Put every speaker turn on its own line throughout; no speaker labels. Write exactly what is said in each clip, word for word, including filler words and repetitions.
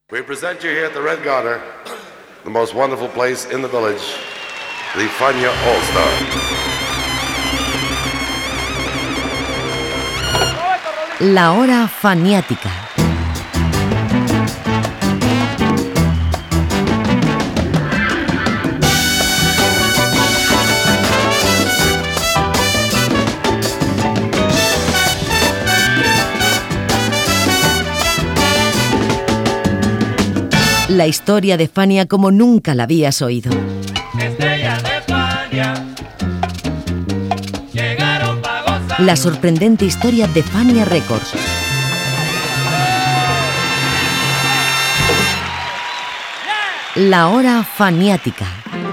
We present you here at the Red Garter, the most wonderful place in the village, the Fania All-Star.
La hora faniática. La historia de Fania como nunca la habías oído.
Estrellas de Fania llegaron pa' gozar.
La sorprendente historia de Fania Records. La hora faniática.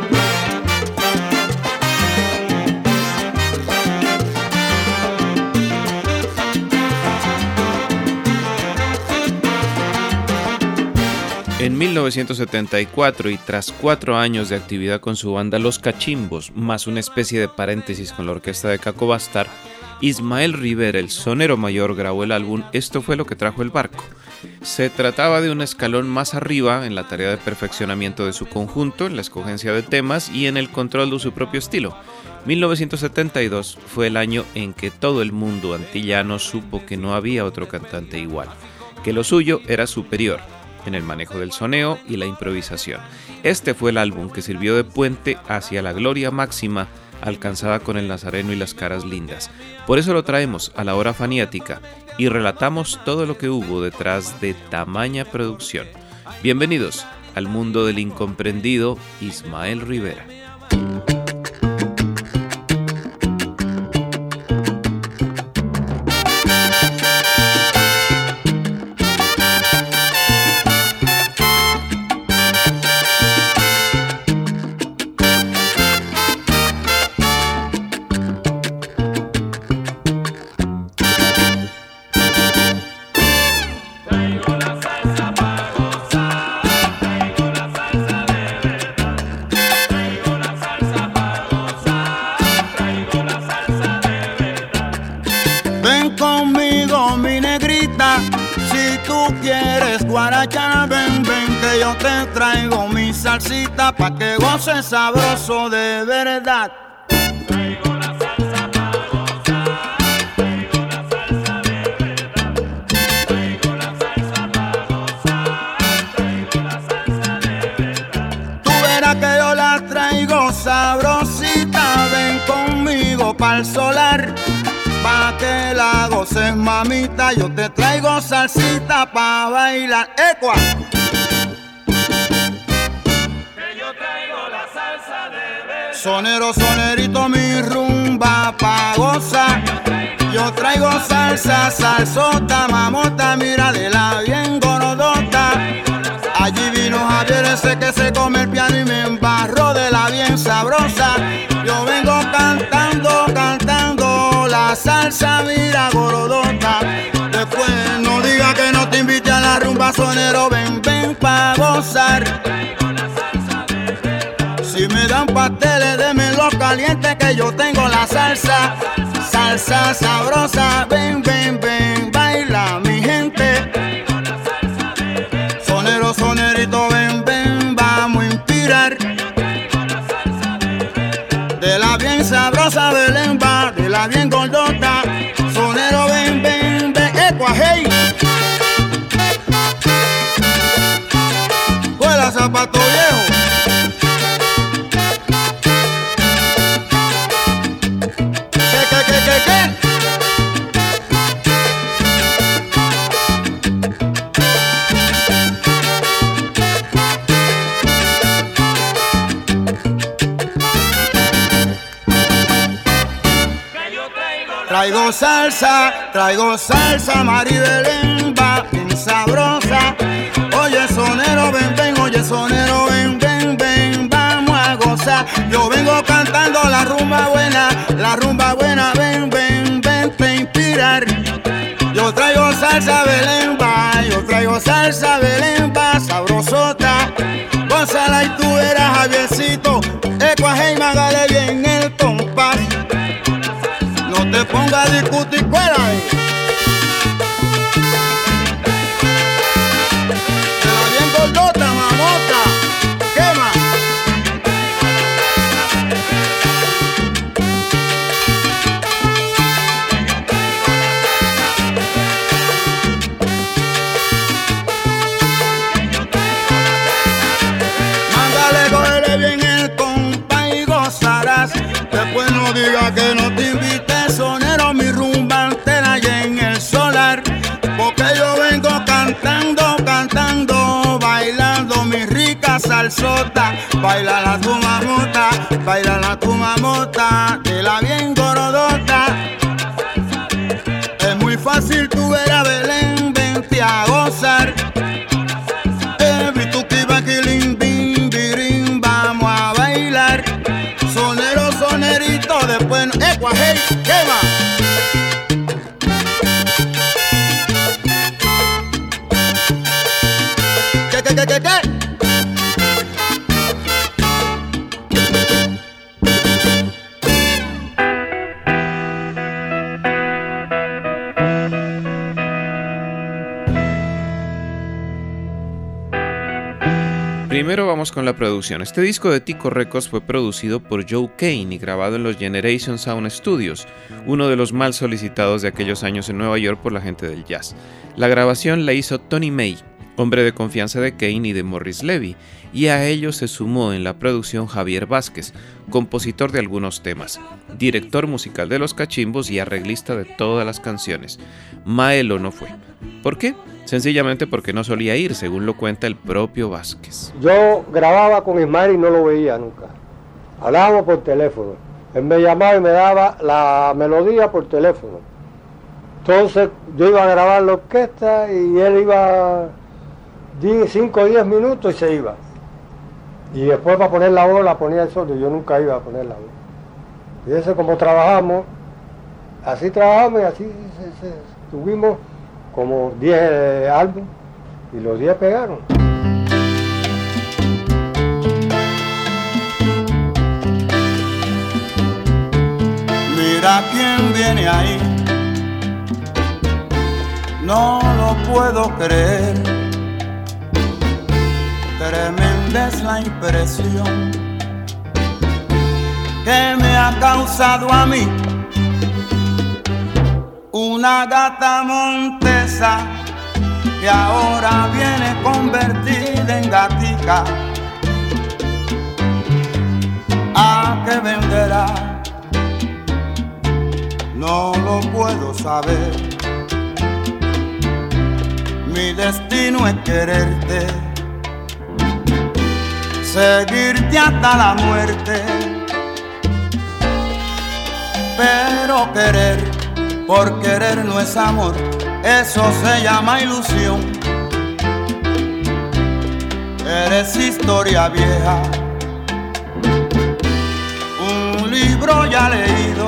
En mil novecientos setenta y cuatro, y tras cuatro años de actividad con su banda Los Cachimbos, más una especie de paréntesis con la orquesta de Caco Bastar, Ismael Rivera, el sonero mayor, grabó el álbum Esto fue lo que trajo el barco. Se trataba de un escalón más arriba en la tarea de perfeccionamiento de su conjunto, en la escogencia de temas y en el control de su propio estilo. mil novecientos setenta y dos fue el año en que todo el mundo antillano supo que no había otro cantante igual, que lo suyo era superior en el manejo del soneo y la improvisación. Este fue el álbum que sirvió de puente hacia la gloria máxima alcanzada con El Nazareno y Las Caras Lindas. Por eso lo traemos a la hora faniática y relatamos todo lo que hubo detrás de tamaña producción. Bienvenidos al mundo del incomprendido Ismael Rivera.
Ven, ven, que yo te traigo mi salsita pa' que goces sabroso de verdad.
Traigo la salsa pa' gozar, traigo la salsa de verdad. Traigo la salsa pa' gozar, traigo la salsa de verdad.
Tú verás que yo la traigo sabrosita, ven conmigo pa'l solar. Pa' que la goces, mamita, yo te traigo salsita pa' bailar. ¡Ecua!
Que yo traigo la salsa de verdad.
Sonero, sonerito, mi rumba pa' gozar. Yo traigo salsa, salsota, mamota, mira de la bien gorodota. Allí vino Javier ese que se come el piano y me embarró de la bien sabrosa. Yo vengo cantando, cantando la salsa, mira gorodota. Después no diga que no te invite a la rumba, sonero, ven, ven pa' gozar. Si me dan pasteles, démelo caliente que yo tengo la salsa. Salsa sabrosa, ven, ven, ven, baila mi gente. Sonero, sonerito, ven, ven, vamos a inspirar. De la bien sabrosa Belén va, de la bien gordota. Sonero, ven, ven, ven, ecua, hey. Juega zapato viejo. ¿Qué, qué, qué, qué, qué? Traigo salsa, traigo salsa, Maribelén va bien sabrosa. Oye sonero, ven, ven, oye sonero, ven, ven, ven, vamos a gozar. Yo vengo cantando la rumba buena, la rumba buena, ven, ven, ven, te inspirar. Yo traigo salsa Belén va, yo traigo salsa Belén va, sabrosota. Gózala y tú verás, Javiercito, ecua, hey, mágale bien el compás. No te pongas a discutir, cuela. De la bien Después no diga que no te invité, sonero, mi rumba entera y en el solar. Porque yo vengo cantando, cantando, bailando mi rica salsota. Baila la tu mamota, baila la tu mamota, de la bien gorodota. Es muy fácil tú ver a Belén, vente a gozar. Eh, bituki, baquilín, bim, birim, vamos a bailar. Sonero, sonerito, después no. ¡Eh, guajey! ¡Quema! ¿Qué, qué, qué, qué, qué?
Primero vamos con la producción. Este disco de Tico Records fue producido por Joe Kane y grabado en los Generation Sound Studios, uno de los mal solicitados de aquellos años en Nueva York por la gente del jazz. La grabación la hizo Tony May, hombre de confianza de Kane y de Morris Levy, y a ellos se sumó en la producción Javier Vázquez, compositor de algunos temas, director musical de Los Cachimbos y arreglista de todas las canciones. Maelo no fue. ¿Por qué? Sencillamente porque no solía ir, según lo cuenta el propio Vázquez.
Yo grababa con Ismael y no lo veía nunca. Hablábamos por teléfono. Él me llamaba y me daba la melodía por teléfono. Entonces yo iba a grabar la orquesta y él iba cinco o diez minutos y se iba. Y después para poner la voz la ponía él solo, yo nunca iba a poner la voz. Y ese como trabajamos, así trabajamos y así se, se, tuvimos como diez eh, álbumes y los diez pegaron.
Mira quién viene ahí, no lo puedo creer. Tremenda es la impresión que me ha causado a mí una gata montesa que ahora viene convertida en gatica. ¿A qué venderá? No lo puedo saber. Mi destino es quererte, seguirte hasta la muerte, pero querer por querer no es amor, eso se llama ilusión. Eres historia vieja, un libro ya leído,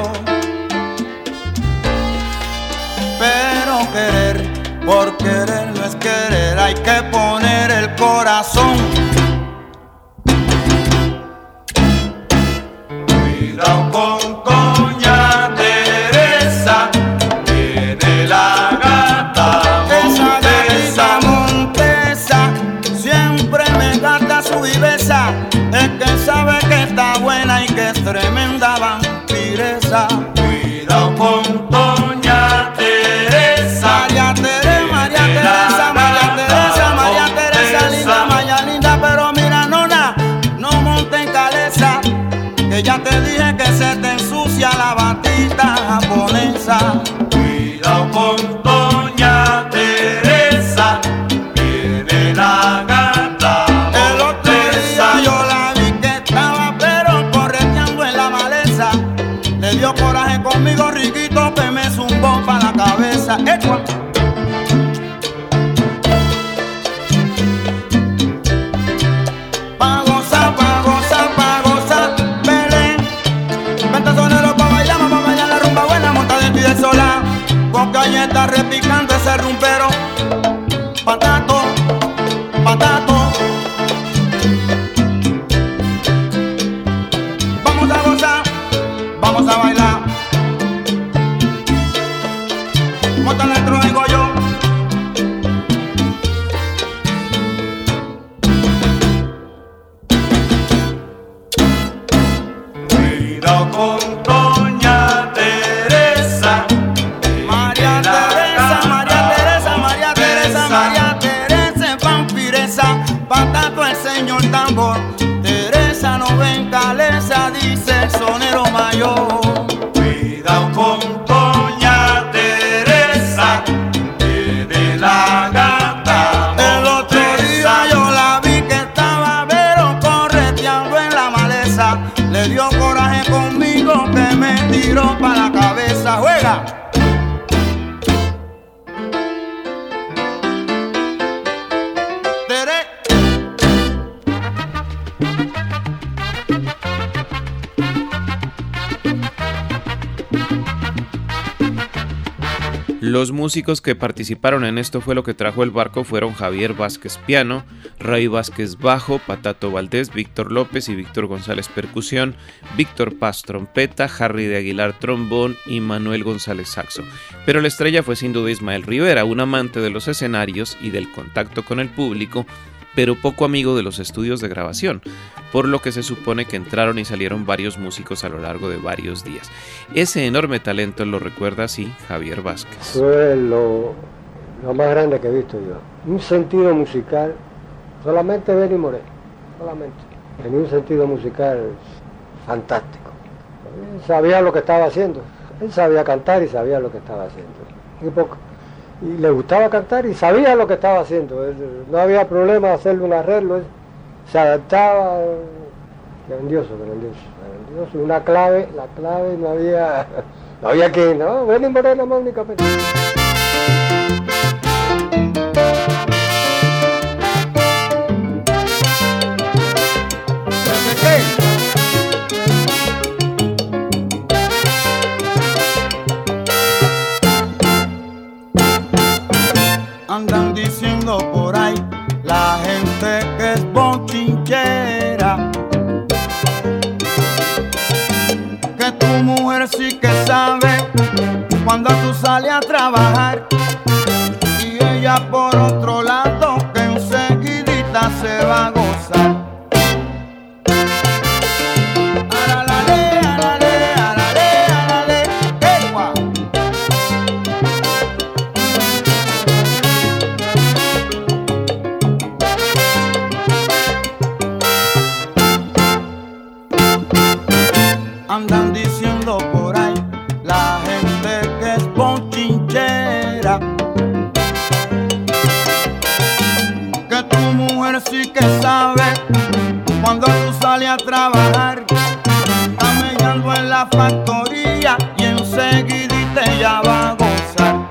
pero querer por querer no es querer, hay que poner el corazón. Cuidado con Doña Teresa, viene la gata montesa. Esa gatita montesa siempre me gasta su viveza, es que sabe que está buena y que es tremenda vampiresa. Cuidado con Doña Teresa, María Teresa, María Teresa, María Teresa, María Teresa, linda, María linda, pero mira, nona, no monte en caleza, que ya te dije que se te ensucia la batita japonesa. Cuidado con Doña Teresa, viene la gata. El otro día yo la vi que estaba pero correteando en la maleza. Le dio coraje conmigo, riquito, que me zumbó pa' la cabeza. ¡Eco! Pa' gozar, pa' gozar, pa' gozar, Belén. Vente sonero pa' bailar, pa' bailar la rumba buena, monta de ti de sola. Con galletas repicando ese rumbero. Patato, patato. Vamos a gozar, vamos a bailar. Monta dentro digo yo. Cuidado con Doña Teresa, María Teresa, María Teresa, María Teresa, María Teresa es vampiresa, patato el señor tambor. Teresa no ven caleza, dice el sonero mayor.
Cuidado con doña Teresa, que de la gata
El otro día yo la vi que estaba pero correteando en la maleza. Le dio coraje conmigo que me tiró pa' la cabeza. ¡Juega! Tere.
Los músicos que participaron en Esto Fue Lo Que Trajo el Barco fueron Javier Vázquez piano, Ray Vázquez bajo, Patato Valdés, Víctor López y Víctor González percusión, Víctor Paz trompeta, Harry de Aguilar trombón y Manuel González saxo. Pero la estrella fue sin duda Ismael Rivera, un amante de los escenarios y del contacto con el público, pero poco amigo de los estudios de grabación, por lo que se supone que entraron y salieron varios músicos a lo largo de varios días. Ese enorme talento lo recuerda así Javier Vázquez.
Fue lo, lo más grande que he visto yo. Un sentido musical, solamente Benny Moré, solamente. Tenía un sentido musical fantástico. Él sabía lo que estaba haciendo. Él sabía cantar y sabía lo que estaba haciendo. Y, poco, y le gustaba cantar y sabía lo que estaba haciendo. Él, no había problema de hacerle un arreglo. Él se adaptaba. Grandioso, grandioso, grandioso. Una clave, la clave no había, no había que, no, Benny Moré nada más únicamente.
Andan diciendo por ahí la gente que es bochinchera, que tu mujer sí que sabe cuando tú sales a trabajar, y ella por otro lado que enseguidita se va a gozar. Aralale, arale, arale, arale, ¡eh, guau! Andan diciendo por ahí la gente que es bochinchera, que tu mujer sí que sabe cuando tú sales a trabajar, camellando en la factoría y enseguidita ella va a gozar.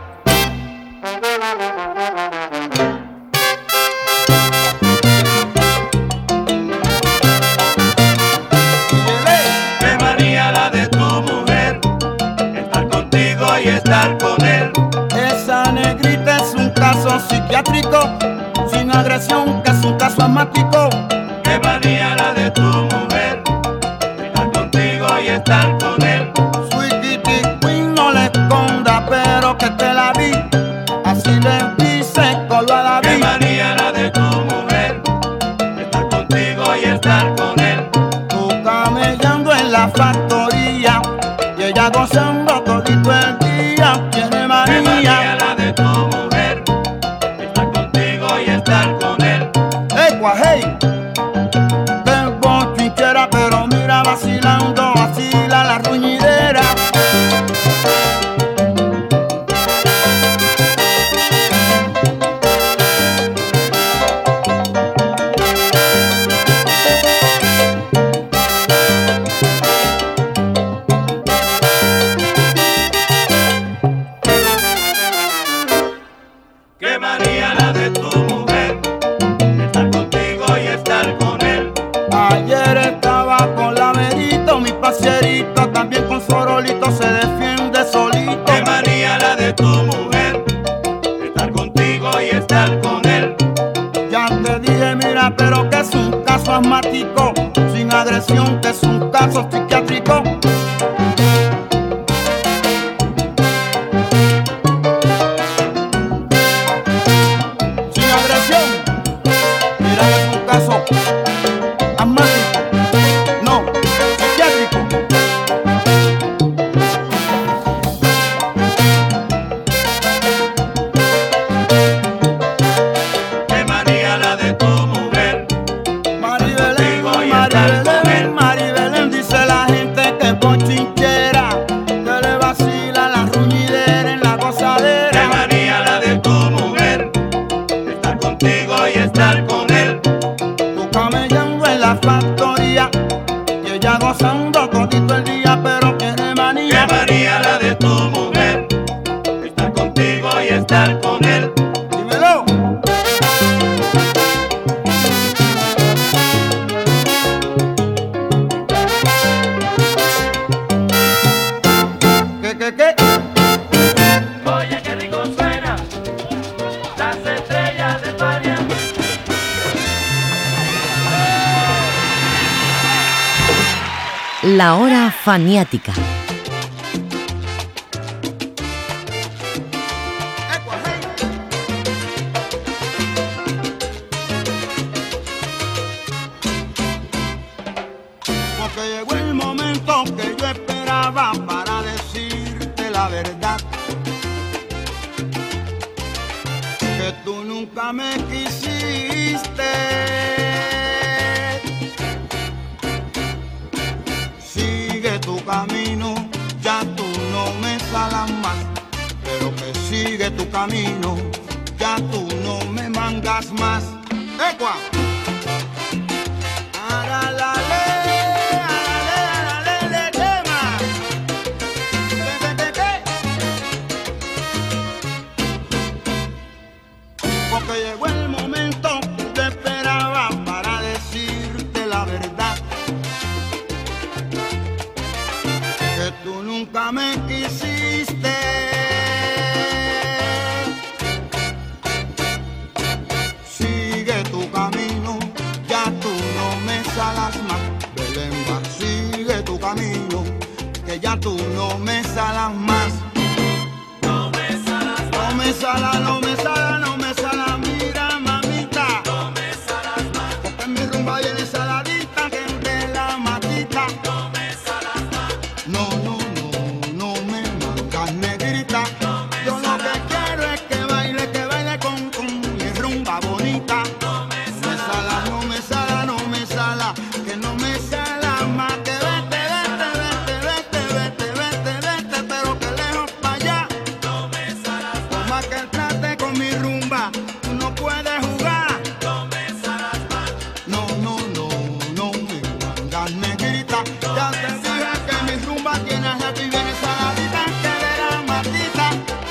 Qué manía la de tu mujer, estar contigo y estar con él.
Esa negrita es un caso psiquiátrico, sin agresión, que es un caso asmático.
Qué manía la de tu mujer, estar contigo y estar con él.
Sweetie Queen no le esconda, pero que te la vi, así le dice Colo a la
Qué
vi.
manía la de tu mujer, estar contigo y estar con él.
Tú camellando en la factoría y ella gozando todito el día. Tiene
Qué manía
manía.
la de tu mujer, estar contigo y estar con él.
¡Ey, guajey! Qué bochinchera, pero mira vacilando, vacila la ruñidera.
Qué manía la de tu mujer, estar contigo y estar con él.
Ayer estaba con la Merito, mi parcerito, también con Sorolito, se defiende solito.
Qué manía la de tu mujer, estar contigo y estar con él.
Ya te dije, mira, pero que es un caso asmático, sin agresión, que es un caso psiquiátrico. Sin agresión, mira que es un caso asmático, no, psiquiátrico.
Qué manía la de tu mujer,
Maribelén,
Contigo y estar con él.
Maribelén, Maribelén, dice la gente pasando todito el día, pero tiene manía.
Qué manía la de tu mujer, estar contigo y estar con él.
Dímelo. ¿Qué, qué, qué?
Oye, qué rico suena las estrellas de Fania.
La hora faniática.
Ecua, hey. Porque llegó el momento que yo esperaba para decirte la verdad. Que tú nunca me quisiste. Sigue tu camino, ya tú no me salas más. Pero que sigue tu camino, ya tú no me mangas más. ¡Ecua! Aralale, arale, arale, le tema. ¿Qué, qué, qué, qué? Porque llegó el momento que yo esperaba para decirte la verdad. Que tú nunca me quisiste. Sigue tu camino, ya tú no me salas más. Belén va, sigue tu camino, que ya tú no me salas más.
No me salas más,
No me salas, no me salas, no me salas, mira mamita.
no me salas más,
Porque en mi rumba viene saladita, que es de la matita.
no me salas más.
No, no, no, no me mangas negrita. Yo lo que quiero es que baile, que baile con, con mi rumba bonita.
No me
No me sala, no me sala, no me sala, que no me sala más. Que vete, vete, vete, vete, vete, vete, vete, pero que lejos pa' allá.
no me salas
Por más que trate con mi rumba, tú no puedes jugar.
no me salas más.
No, no, no, no me mangas negrita. Ya te dije que mi rumba tiene happy, viene saladita, que de la matita.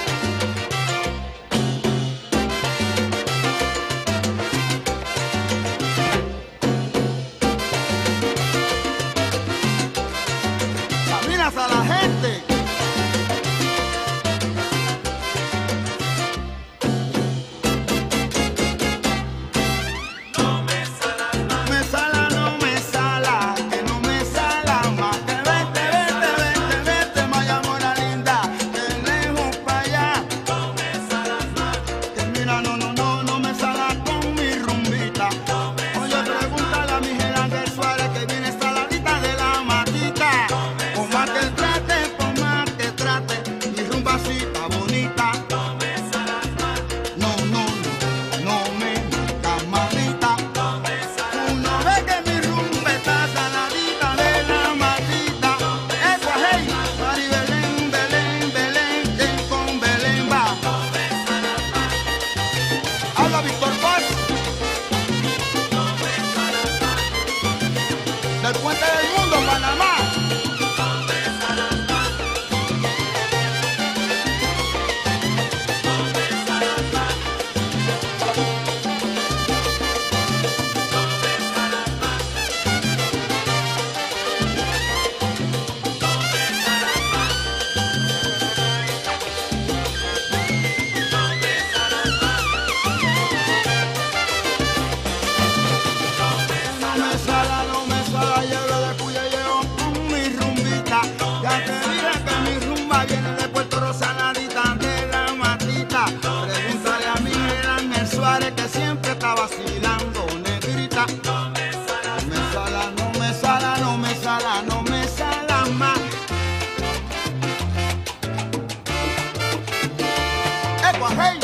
Caminas a la gente.
No me salas más,
Me sala, no me sala, que no me sala más. Que vete, vete, vete, vete, Maya mora linda, que lejos pa' allá.
no me salas más,
Que mira, no, no, no, no me sala con mi rumbita. Oye, pregúntale a mi Gerardo Suárez, que viene saladita de la matita. Por más que trate, por más que trate, mi rumbacita bonita.
no me salas más,
No, no, no, no me marca mamita.
no me salas
Uno ve que mi rumba está saladita de la matita. Ecua, hey, Mari Belén, Belén, Belén, que con Belén va. Habla Víctor Paz. Del Puente del Mundo, Panamá. No me sala, no me sala, llevo de cuya llevo con mi rumbita. Ya te dije que mi rumba viene de Puerto Rosaladita, de la matita. Pregúntale a mi Ángel Suárez, que siempre está vacilando, negrita. No me sala, no me sala, no me sala, no me sala más. Ecua, hey.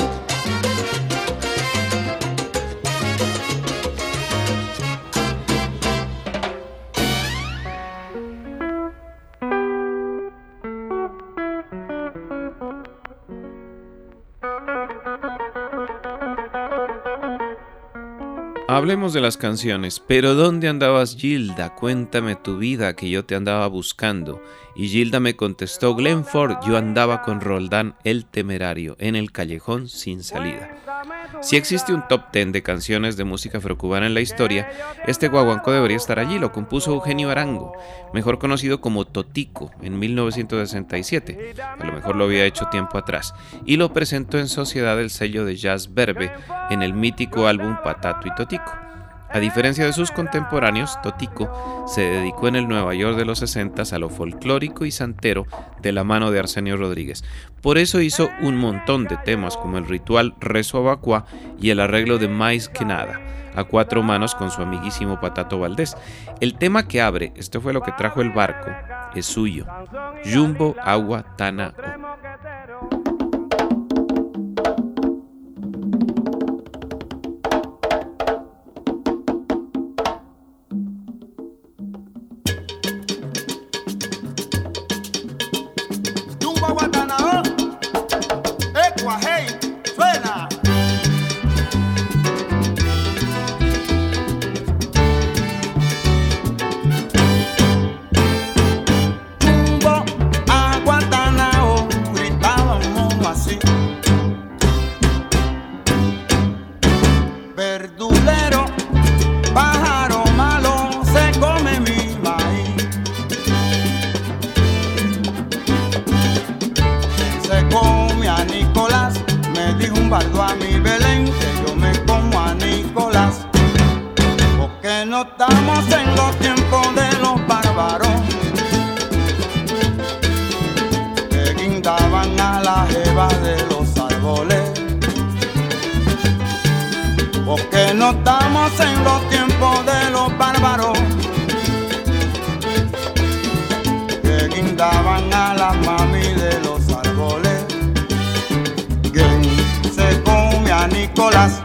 Hablemos de las canciones. Pero ¿dónde andabas, Gilda? Cuéntame tu vida, que yo te andaba buscando. Y Gilda me contestó: Glenford, yo andaba con Roldán el Temerario, en el callejón sin salida. Si existe un top ten de canciones de música afrocubana en la historia, este guaguancó debería estar allí. Lo compuso Eugenio Arango, mejor conocido como Totico, en mil novecientos sesenta y siete. A lo mejor lo había hecho tiempo atrás. Y lo presentó en sociedad del sello de Jazz Verbe en el mítico álbum Patato y Totico. A diferencia de sus contemporáneos, Totico se dedicó en el Nueva York de los sesentas a lo folclórico y santero de la mano de Arsenio Rodríguez. Por eso hizo un montón de temas como el ritual Rezo a Bacuá y el arreglo de Mais que Nada, a cuatro manos con su amiguísimo Patato Valdés. El tema que abre Esto fue lo que trajo el barco es suyo: Jumbo Agua Tana O.
Guatanao, Ecua, hey, suena. Jumbo a Guatanao, gritaba un mono así. Verdulero, pájaro malo, se come mi maíz. Se come a Nicolás, me dijo un bardo a mi Belén, que yo me como a Nicolás, porque no estamos en los tiempos de los bárbaros, que guindaban a la jeva de los árboles, porque no estamos en los tiempos de los bárbaros, que guindaban a la mami de los árboles. ¿Quién se come a Nicolás?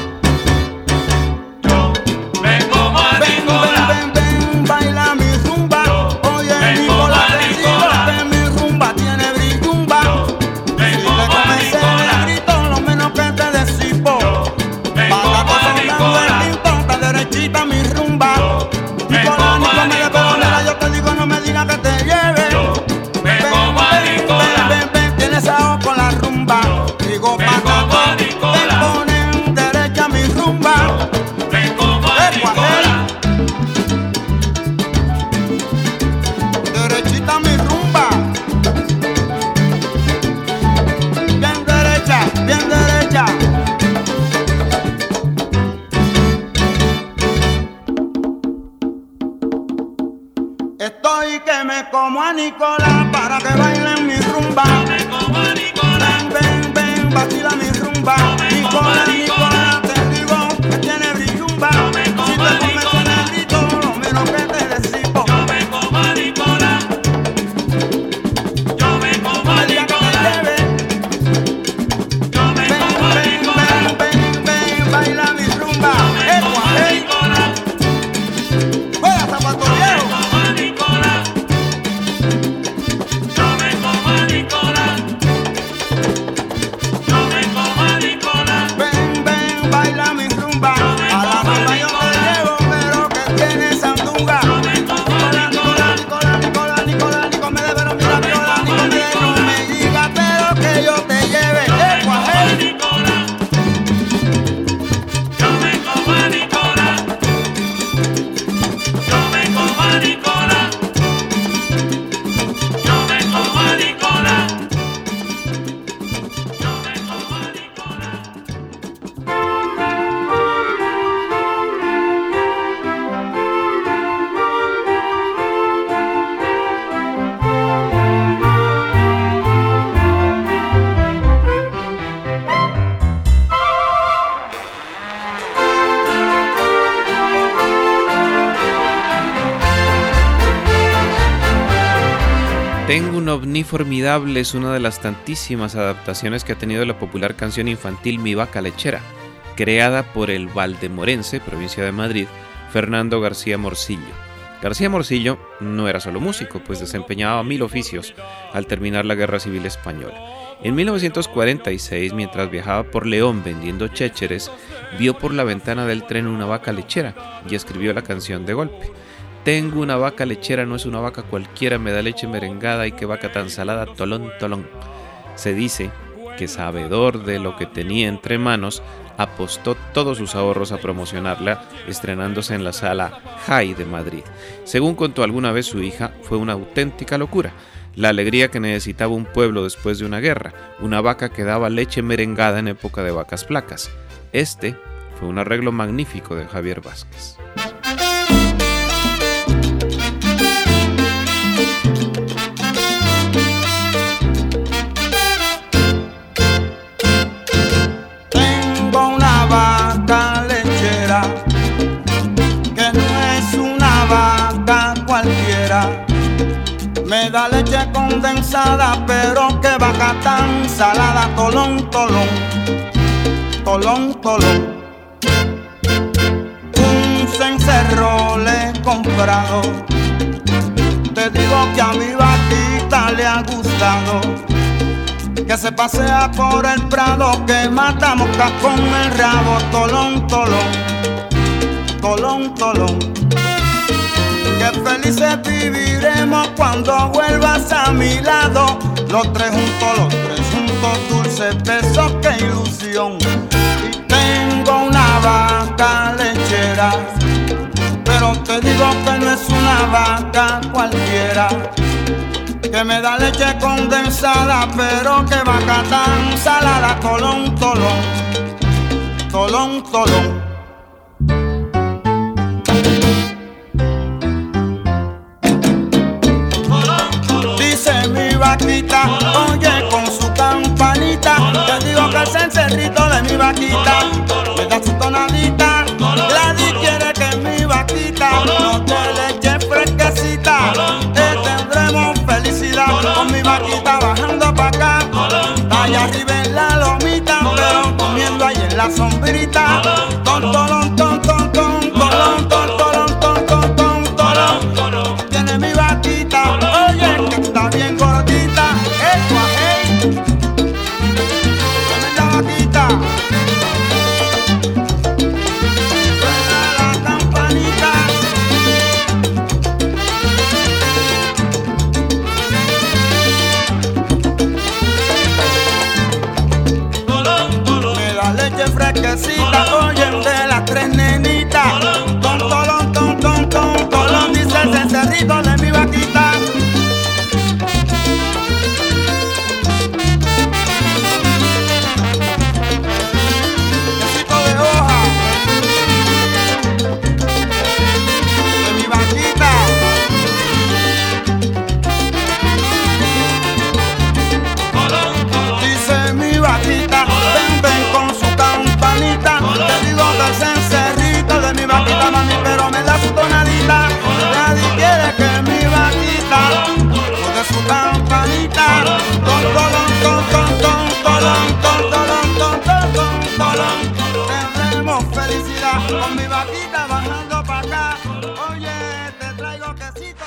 Yo me como a
Ven,
Nicolás.
ven, ven, ven, baila mi rumba. Oye,
me
Nicolás,
como a
te digo
Nicolás.
que mi rumba tiene brillumba.
me
Si
como
te
a
comes ese
Nicolás.
negrito, lo menos que te desipo.
me
Patato
como a
sonando
Nicolás.
el tintón, está derechita mi rumba.
me
Nicolás,
como a
Nicolás, me de
Nicolás.
colonera, yo te digo, no me digas que te lleve.
me
Ven,
como a
ven,
Nicolás.
ven, ven, ven, tienes ajo con la rumba. Digo,
me
patato,
como a
ven,
Nicolás.
ponen derecha mi rumba.
me como a
Ecua,
Nicolás.
Derechita mi rumba. Bien derecha, bien derecha. Estoy que me como a Nicolás para que bailen mi rumba.
me como a Nicolás.
Ven, ven, ven, vacila mi rumba. Nicolás, Nicolás, te digo que tiene brillumba. Si te comes ese negrito, lo menos que te desipo.
yo me como a Nicolás. yo me como
No
a
me digas que te
Nicolás.
lleve.
yo me
Ven,
como a
ven,
Nicolás.
ven, ven, ven, baila mi rumba.
me como
Ecua,
a
hey,
Nicolás.
juega zapato
me
viejo.
como a Nicolás. yo me como a Nicolás. yo me como a Nicolás.
Ven, ven, baila mi rumba. A la rumba yo te llevo, pero que tiene sandunga. Nicolás, Nicolás, Nicolás, Nicolás, Nicolás, Nicolás, me debe, no mira, Nicolás, Nicolás, no me digas, pero que yo te lleve. Ecua, hey.
Nicolás. yo me como a Nicolás. yo me como a Nicolás. yo me como a Nicolás. yo me como a Nicolás.
Tengo un ovni formidable es una de las tantísimas adaptaciones que ha tenido la popular canción infantil Mi Vaca Lechera, creada por el valdemorense, provincia de Madrid, Fernando García Morcillo. García Morcillo no era solo músico, pues desempeñaba mil oficios al terminar la Guerra Civil Española. En mil novecientos cuarenta y seis, mientras viajaba por León vendiendo chécheres, vio por la ventana del tren una vaca lechera y escribió la canción de golpe. Tengo una vaca lechera, no es una vaca cualquiera, me da leche merengada y qué vaca tan salada, tolón, tolón. Se dice que, sabedor de lo que tenía entre manos, apostó todos sus ahorros a promocionarla, estrenándose en la Sala Jai de Madrid. Según contó alguna vez su hija, fue una auténtica locura. La alegría que necesitaba un pueblo después de una guerra, una vaca que daba leche merengada en época de vacas flacas. Este fue un arreglo magnífico de Javier Vázquez.
Tengo una vaca lechera que no es una vaca cualquiera. Me da leche condensada, pero que vaca tan salada, tolón, tolón, tolón, tolón. Un cencerro le he comprado, te digo que a mi vaquita le ha gustado, que se pasea por el prado, que mata moscas con el rabo, tolón, tolón, tolón, tolón. Que felices viviremos cuando vuelvas a mi lado. Los tres juntos, los tres juntos, dulces besos, qué ilusión. Y tengo una vaca lechera, pero te digo que no es una vaca cualquiera, que me da leche condensada, pero que vaca tan salada, tolón, tolón, tolón, tolón. Vaquita, oye con su campanita, te digo que el cencerrito de mi vaquita me da su tonadita. Gladys quiere que mi vaquita no te leche fresquecita, que tendremos felicidad con mi vaquita bajando pa' acá, allá arriba en la lomita, pero comiendo ahí en la sombrita. Ton, tolón, ton, ton, ton, tolón, ton, tolón, ton, ton, ton, tolón. Tiene mi vaquita, oye que está bien gordita. Fresquecita, oyen de las tres nenitas. Ton, tolón, ton, ton, ton, tolón, dice el cencerrito de mi vaquita. Besito de hoja de mi vaquita. Dice mi vaquita, ven, ven con su campanita, te digo que el cencerrito de mi vaquita, mami, pero me da su tonadita. Nadie quiere que mi vaquita toque su campanita. Ton, tolón, ton, ton, ton, tolón, ton, tolón, ton, ton, ton, tolón. Tendremos felicidad con mi vaquita bajando pa' acá. Oye, te traigo quesito.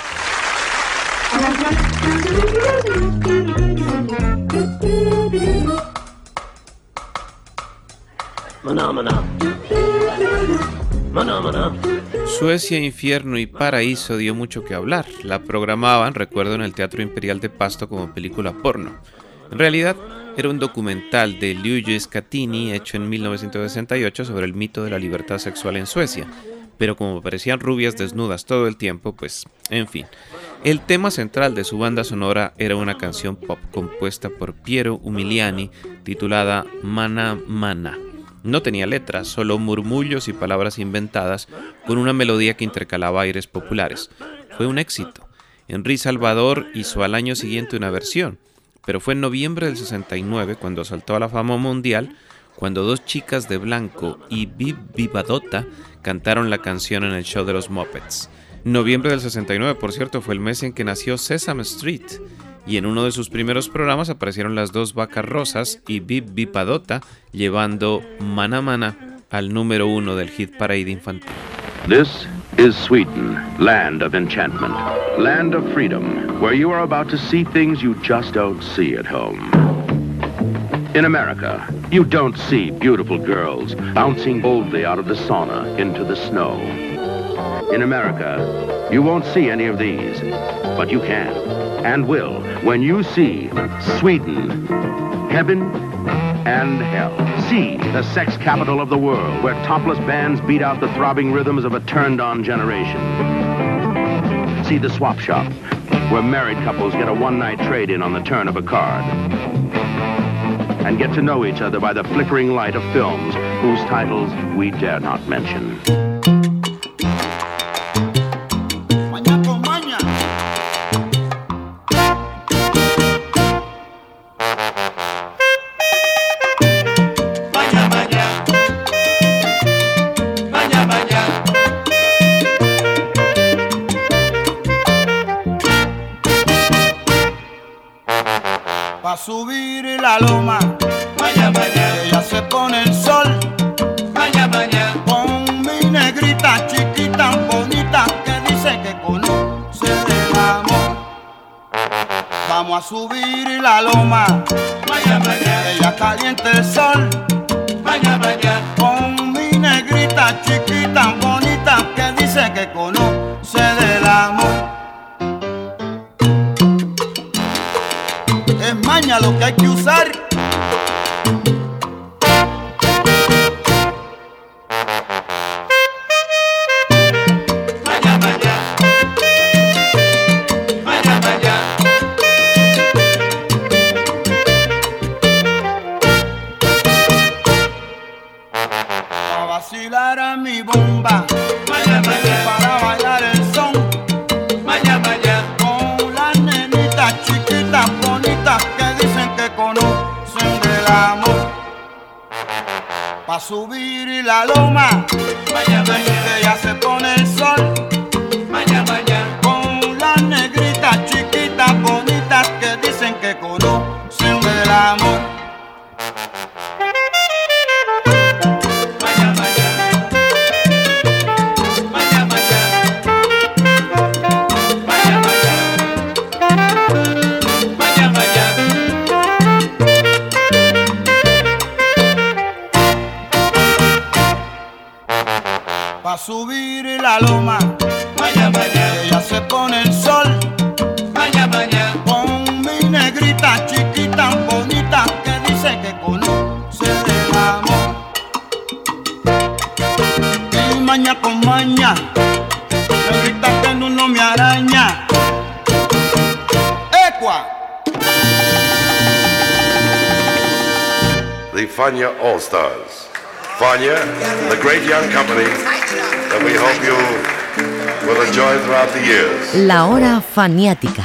Suecia, Infierno y Paraíso dio mucho que hablar. La programaban, recuerdo, en el Teatro Imperial de Pasto como película porno. En realidad, era un documental de Luigi Scattini hecho en mil novecientos sesenta y ocho sobre el mito de la libertad sexual en Suecia. Pero como aparecían rubias desnudas todo el tiempo, pues, en fin. El tema central de su banda sonora era una canción pop compuesta por Piero Umiliani titulada Mana Mana. No tenía letras, solo murmullos y palabras inventadas con una melodía que intercalaba aires populares. Fue un éxito. Henry Salvador hizo al año siguiente una versión, pero fue en noviembre del sesenta y nueve cuando saltó a la fama mundial, cuando dos chicas de blanco y Bip Bipazota cantaron la canción en el show de los Muppets. Noviembre del sesenta y nueve, por cierto, fue el mes en que nació Sesame Street, y en uno de sus primeros programas aparecieron las dos vacas rosas y Bip Bipazota llevando Mana Mana al número uno del hit parade infantil.
This is Sweden, land of enchantment, land of freedom, where you are about to see things you just don't see at home. In America, you don't see beautiful girls bouncing boldly out of the sauna into the snow. In America, you won't see any of these, but you can and will when you see Sweden, heaven and hell. See the sex capital of the world, where topless bands beat out the throbbing rhythms of a turned-on generation. See the swap shop, where married couples get a one-night trade-in on the turn of a card. And get to know each other by the flickering light of films whose titles we dare not mention.
Maña con maña.
Maña, maña. Maña, maña.
Pa' subir la loma,
Maña, maña.
ella se pone el sol.
Maña, maña.
Con mi negrita chiquita, bonita, que dice que conoce del amor. Vamos a subir la loma,
Maña, maña.
ella calienta el sol.
Maña, maña.
Con mi negrita chiquita, bonita, que dice que conoce del amor. Es maña lo que hay que usar.
Maña, maña. Maña, maña.
Para vacilar a mi bomba,
Maña, maña.
para bailar el son.
Maña, maña.
Con las nenitas chiquitas, bonitas, que dicen que conocen del amor. Pa' subir la loma,
Maña,
que
maña.
ella se pone el sol.
Maña, maña.
Con las negritas chiquitas, bonitas, que dicen que conocen del amor.
Maña, maña. Maña, maña. Maña, maña. Maña, maña.
Pa' subir la loma,
Maña, maña.
ella se pone el sol.
Maña, maña.
Con mi negrita chiquita, bonita, que dice que conoce del amor. Y maña con maña, negrita que no, no me araña. ¡Ecua!
The Fania All-Stars. Fania, the great young company that we hope you will enjoy throughout the years.
La hora faniática.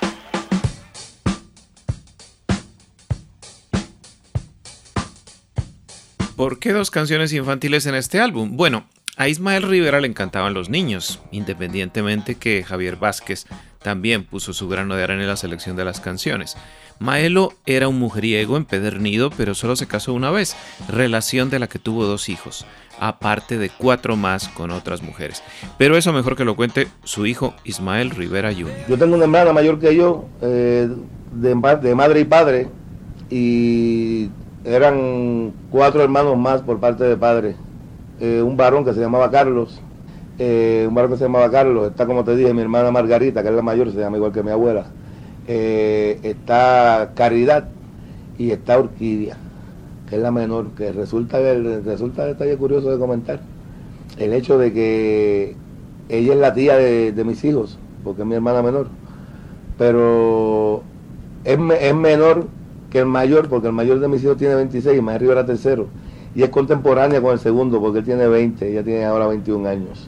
¿Por qué dos canciones infantiles en este álbum? Bueno, a Ismael Rivera le encantaban los niños, independientemente que Javier Vázquez también puso su grano de arena en la selección de las canciones. Maelo era un mujeriego empedernido, pero solo se casó una vez, relación de la que tuvo dos hijos, aparte de cuatro más con otras mujeres. Pero eso mejor que lo cuente su hijo Ismael Rivera junior
Yo tengo una hermana mayor que yo, eh, de, de madre y padre, y eran cuatro hermanos más por parte de padre. Eh, un varón que se llamaba Carlos, eh, un varón que se llamaba Carlos, está como te dije mi hermana Margarita, que es la mayor, se llama igual que mi abuela, eh, está Caridad y está Orquídea, que es la menor, que resulta, resulta detalle curioso de comentar, el hecho de que ella es la tía de, de mis hijos, porque es mi hermana menor, pero es, es menor que el mayor, porque el mayor de mis hijos tiene veintiséis, Ismael Rivera tercero, y es contemporánea con el segundo, porque él tiene veinte, ella tiene ahora veintiún años.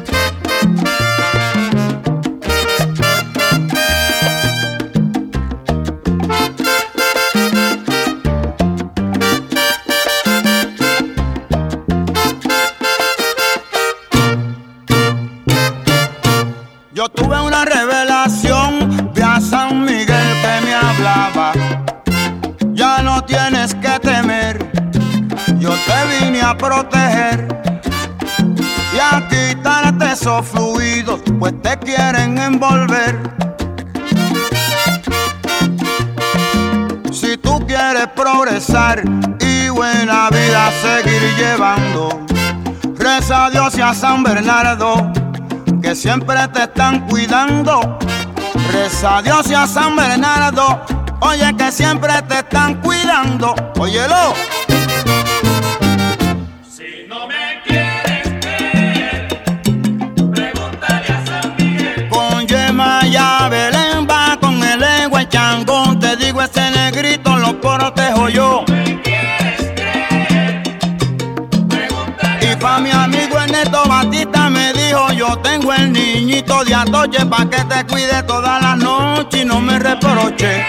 Yo tuve una revelación de a San Miguel que me hablaba. Ya no tienes que temer, yo te vine a proteger y a quitarte esos fluidos, pues te quieren envolver. Si tú quieres quieres progresar y buena vida seguir llevando, reza a Dios y a San Bernardo, que siempre te están cuidando. Reza a Dios y a San Bernardo, oye, que siempre te están cuidando. Óyelo.
Si no me quieres creer, pregúntale a San Miguel.
Con Yemaya Belén va con el lengua y changón, te digo ese negrito los protejo yo.
Si no me quieres creer, pregúntale.
Y pa' mi amigo Ernesto Batista me dijo, yo tengo el niñito de Atoche pa' que te cuide toda la noche y no me reproche.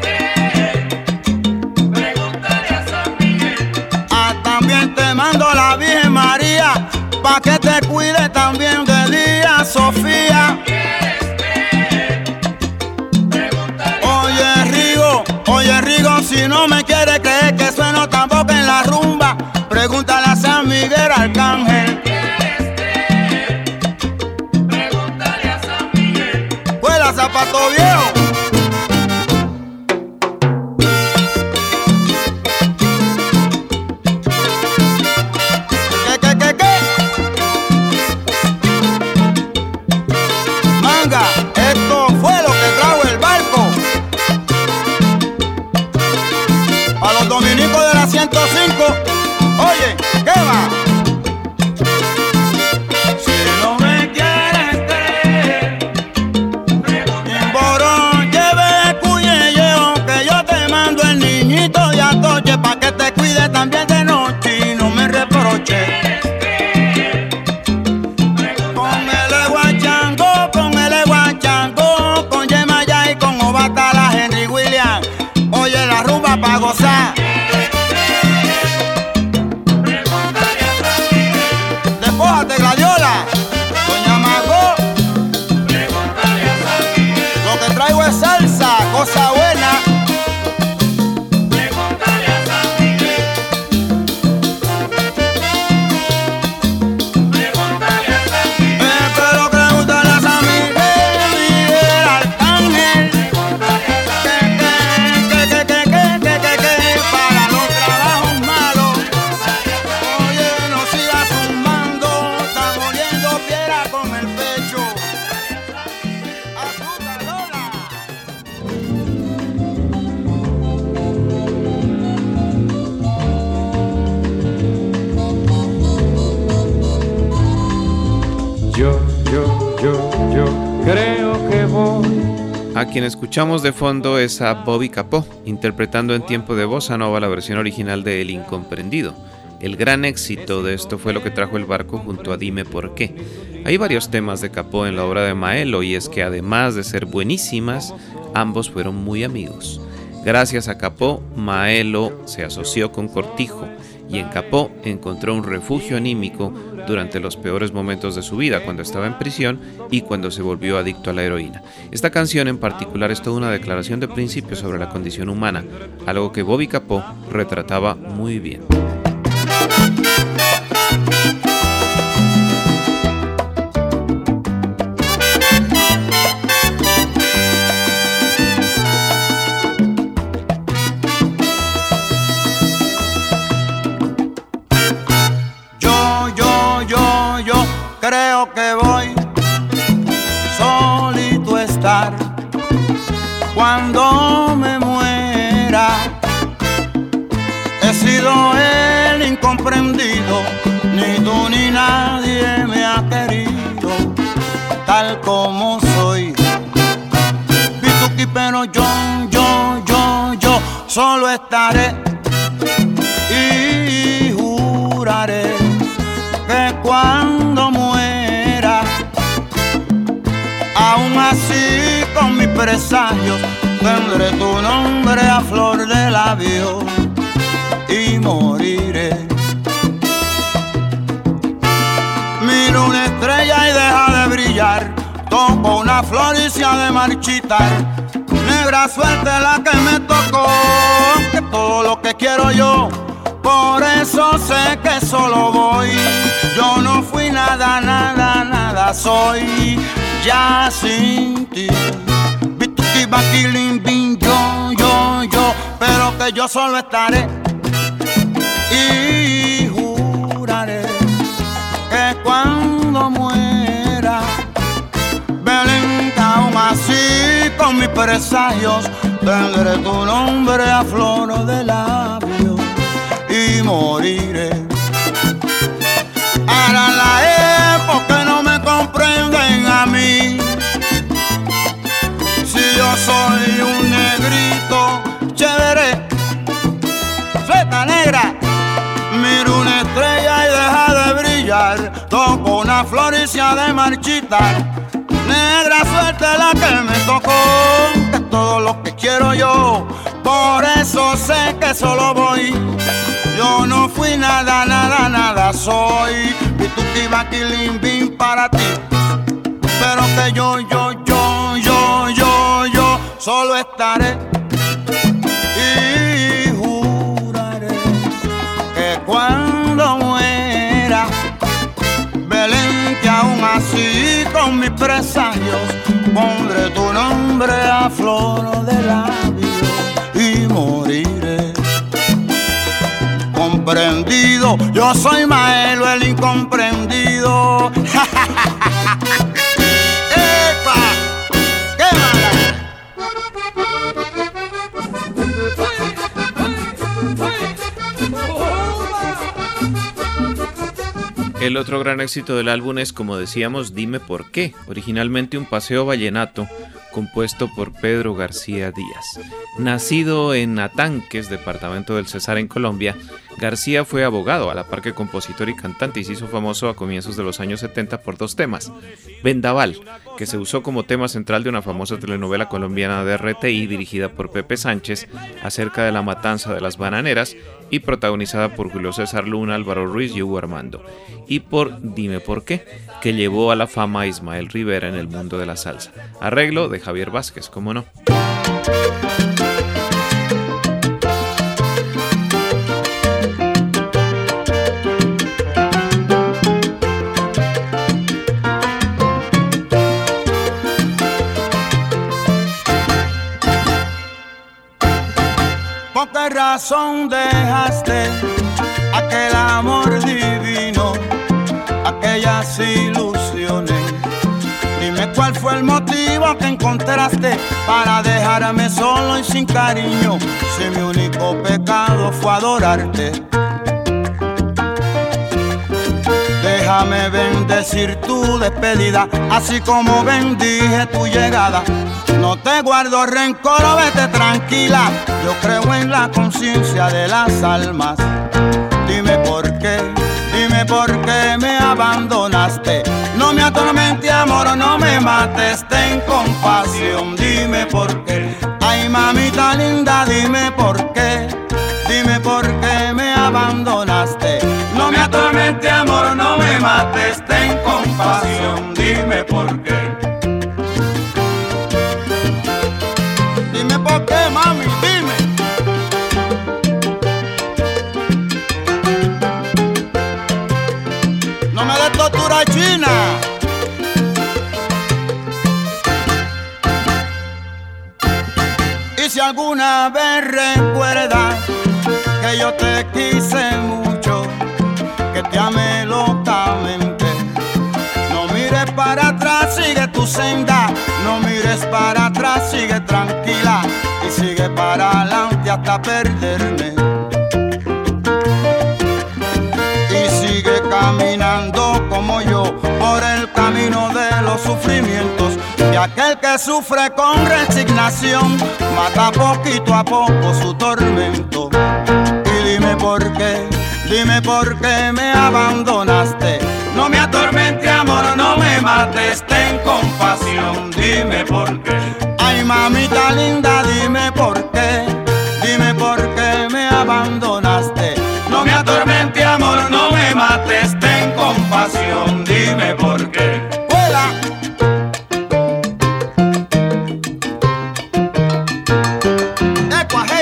Ah, también te mando la Virgen María pa' que te cuide también de día, Sofía. Oye Rigo, oye Rigo, si no me quieres creer que sueno tampoco en la rumba, pregúntale a San Miguel Arcángel. Zapato viejo. ¿Qué, qué, qué, qué? Manga, esto fue lo que trajo el barco. A los dominicos de la ciento cinco, oye, ¿qué va? Pa' que te cuide también de noche y no me reproche. Con el guachango, con el guachango, con Yemaya y con Obata, la Henry Williams. Oye la rumba pa' gozar. Despójate, Gladiola, Doña Margot. Lo que traigo es salsa, cosa buena.
A quien escuchamos de fondo es a Bobby Capó, interpretando en tiempo de bossa nova la versión original de El Incomprendido. El gran éxito de esto fue lo que trajo el barco junto a Dime Por Qué. Hay varios temas de Capó en la obra de Maelo, y es que además de ser buenísimas, ambos fueron muy amigos. Gracias a Capó, Maelo se asoció con Cortijo, y en Capó encontró un refugio anímico durante los peores momentos de su vida, cuando estaba en prisión y cuando se volvió adicto a la heroína. Esta canción en particular es toda una declaración de principios sobre la condición humana, algo que Bobby Capó retrataba muy bien.
Creo que voy solito a estar cuando me muera. He sido el incomprendido, ni tú ni nadie me ha querido tal como soy. Bituki, pero yo, yo, yo, yo solo estaré y juraré que cuando muera, aún así con mis presagios, tendré tu nombre a flor de labios y moriré. Miro una estrella y deja de brillar, toco una flor y se ha de marchitar. Negra suerte la que me tocó, que todo lo que quiero yo, por eso sé que solo voy. Yo no fui nada, nada, nada soy ya sin ti. Bituki, baquilín, bin, yo, yo yo, yo, pero que yo solo estaré y juraré que cuando muera, Belén, aún así con mis presagios tendré tu nombre a flor de labios y moriré. Ahora la época no me comprenden a mí, si yo soy un negrito chévere, fleta negra, miro una estrella y deja de brillar, toco una flor y se ha de marchitar. Negra suerte la que me tocó, que es todo lo que quiero yo, por eso sé que solo voy. Yo no fui nada, nada, nada soy, Bituki Baquilimbín para ti, pero que yo, yo, yo, yo, yo, yo solo estaré y juraré que cuando muera, Belén, que aún así con mis presagios pondré tu nombre a flor de labios y moriré. Comprendido, yo soy Maelo el incomprendido. ¡Epa! ¡Qué mala!
El otro gran éxito del álbum es, como decíamos, Dime por qué, originalmente un paseo vallenato compuesto por Pedro García Díaz. Nacido en Atanques, departamento del Cesar en Colombia, García fue abogado, a la par que compositor y cantante, y se hizo famoso a comienzos de los años setenta por dos temas. Vendaval, que se usó como tema central de una famosa telenovela colombiana de R T I dirigida por Pepe Sánchez acerca de la matanza de las bananeras y protagonizada por Julio César Luna, Álvaro Ruiz y Hugo Armando. Y por Dime por qué, que llevó a la fama a Ismael Rivera en el mundo de la salsa. Arreglo de Javier Vázquez, cómo no.
¿Por qué razón dejaste aquel amor divino, aquellas ilusiones? Dime cuál fue el motivo que encontraste para dejarme solo y sin cariño, si mi único pecado fue adorarte. Déjame bendecir tu despedida, así como bendije tu llegada. No te guardo rencor, o vete tranquila, yo creo en la conciencia de las almas. Dime por qué, dime por qué me abandonaste. No me atormente amor, no me mates, ten compasión. Dime por qué, ay mamita linda, dime por qué. Dime por qué me abandonaste. No me atormente amor, no me mates, ten compasión. Dime por qué. Dime por qué, mami, dime. No me des tortura china. Y si alguna vez recuerdas que yo te quise mucho, que te amé locamente, no mires para atrás, sigue tu senda. No mires para atrás, sigue tranquila y sigue para adelante hasta perderme. Y sigue caminando como yo por el camino de los sufrimientos, de aquel que sufre con resignación, mata poquito a poco su tormento. Y dime por qué, dime por qué me abandonaste. No me atormente amor, no me mates, ten compasión. Dime por qué. Ay mamita linda, dime por qué. Dime por qué me abandonaste. No me atormente amor, no me mates, ten compasión. Dime por qué. ¡Vuela! ¡Ecua, hey!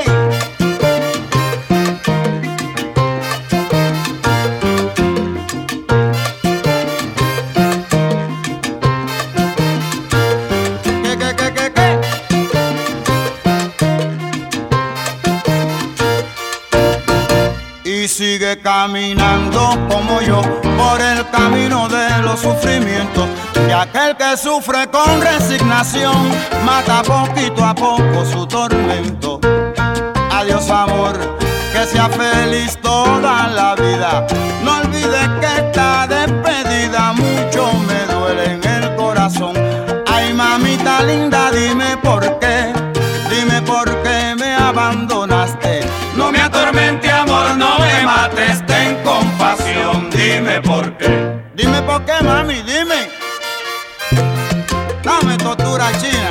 sigue caminando como yo por el camino de los sufrimientos. Y aquel que sufre con resignación mata poquito a poco su tormento. Adiós amor, que sea feliz toda la vida. No olvides que esta despedida mucho me duele en el corazón. Ay mamita linda, dime por qué, dime por qué me abandonaste. No me atormente amor, no me mates, ten compasión, dime por qué. Dime por qué mami, dime. Dame tortura china.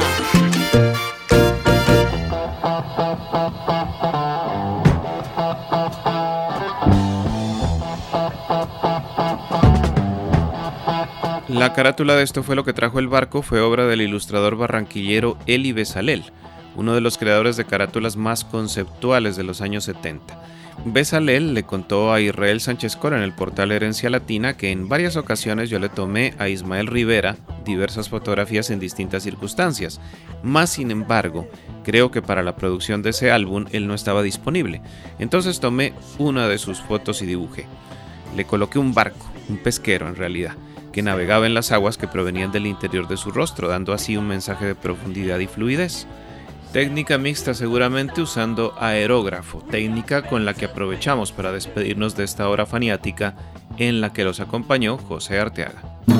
La carátula de Esto fue lo que trajo el barco fue obra del ilustrador barranquillero Eli Bezalel, uno de los creadores de carátulas más conceptuales de los años setenta. Bezalel le contó a Israel Sánchez Cora en el portal Herencia Latina que en varias ocasiones yo le tomé a Ismael Rivera diversas fotografías en distintas circunstancias, más sin embargo, creo que para la producción de ese álbum él no estaba disponible, entonces tomé una de sus fotos y dibujé. Le coloqué un barco, un pesquero en realidad, que navegaba en las aguas que provenían del interior de su rostro, dando así un mensaje de profundidad y fluidez. Técnica mixta seguramente usando aerógrafo, técnica con la que aprovechamos para despedirnos de esta hora faniática en la que los acompañó José Arteaga.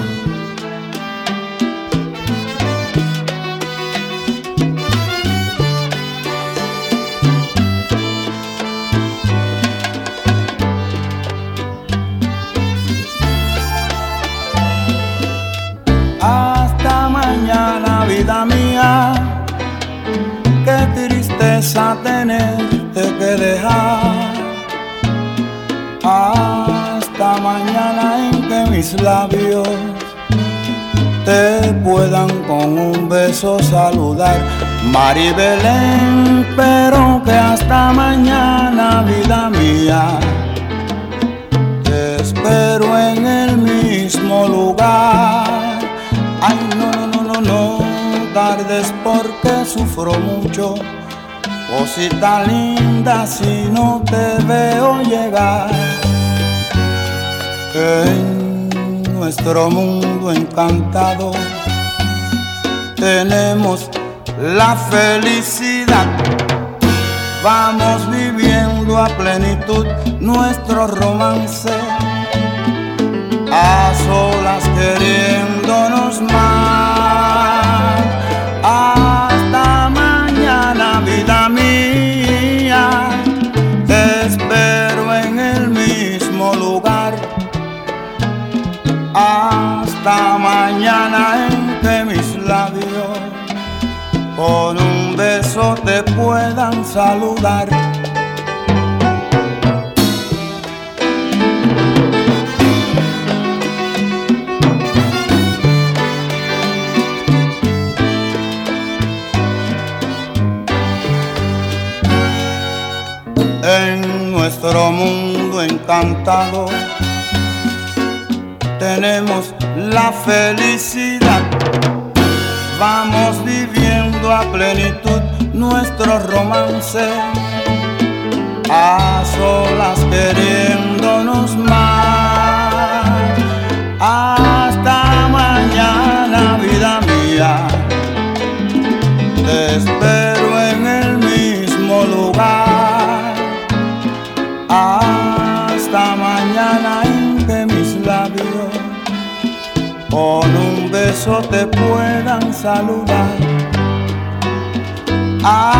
Hasta mañana, vida mía, qué tristeza tenerte que dejar. Hasta mañana en que mis labios te puedan con un beso saludar. Maribelén, pero que hasta mañana, vida mía, te espero en el mismo lugar. Ay, no, no, no, no, no tardes porque sufro mucho. Cosita linda, si no te veo llegar. En nuestro mundo encantado tenemos la felicidad. Vamos viviendo a plenitud nuestro romance, a solas queriéndonos más. Hasta mañana, vida mía, te espero en el mismo lugar. Hasta mañana en que mis labios con un beso te puedan saludar. En nuestro mundo encantado tenemos la felicidad. Vamos viviendo a plenitud nuestro romance, a solas queriéndonos más. Hasta mañana, vida mía, te espero en el mismo lugar. Hasta mañana en que mis labios con un beso te puedan saludar.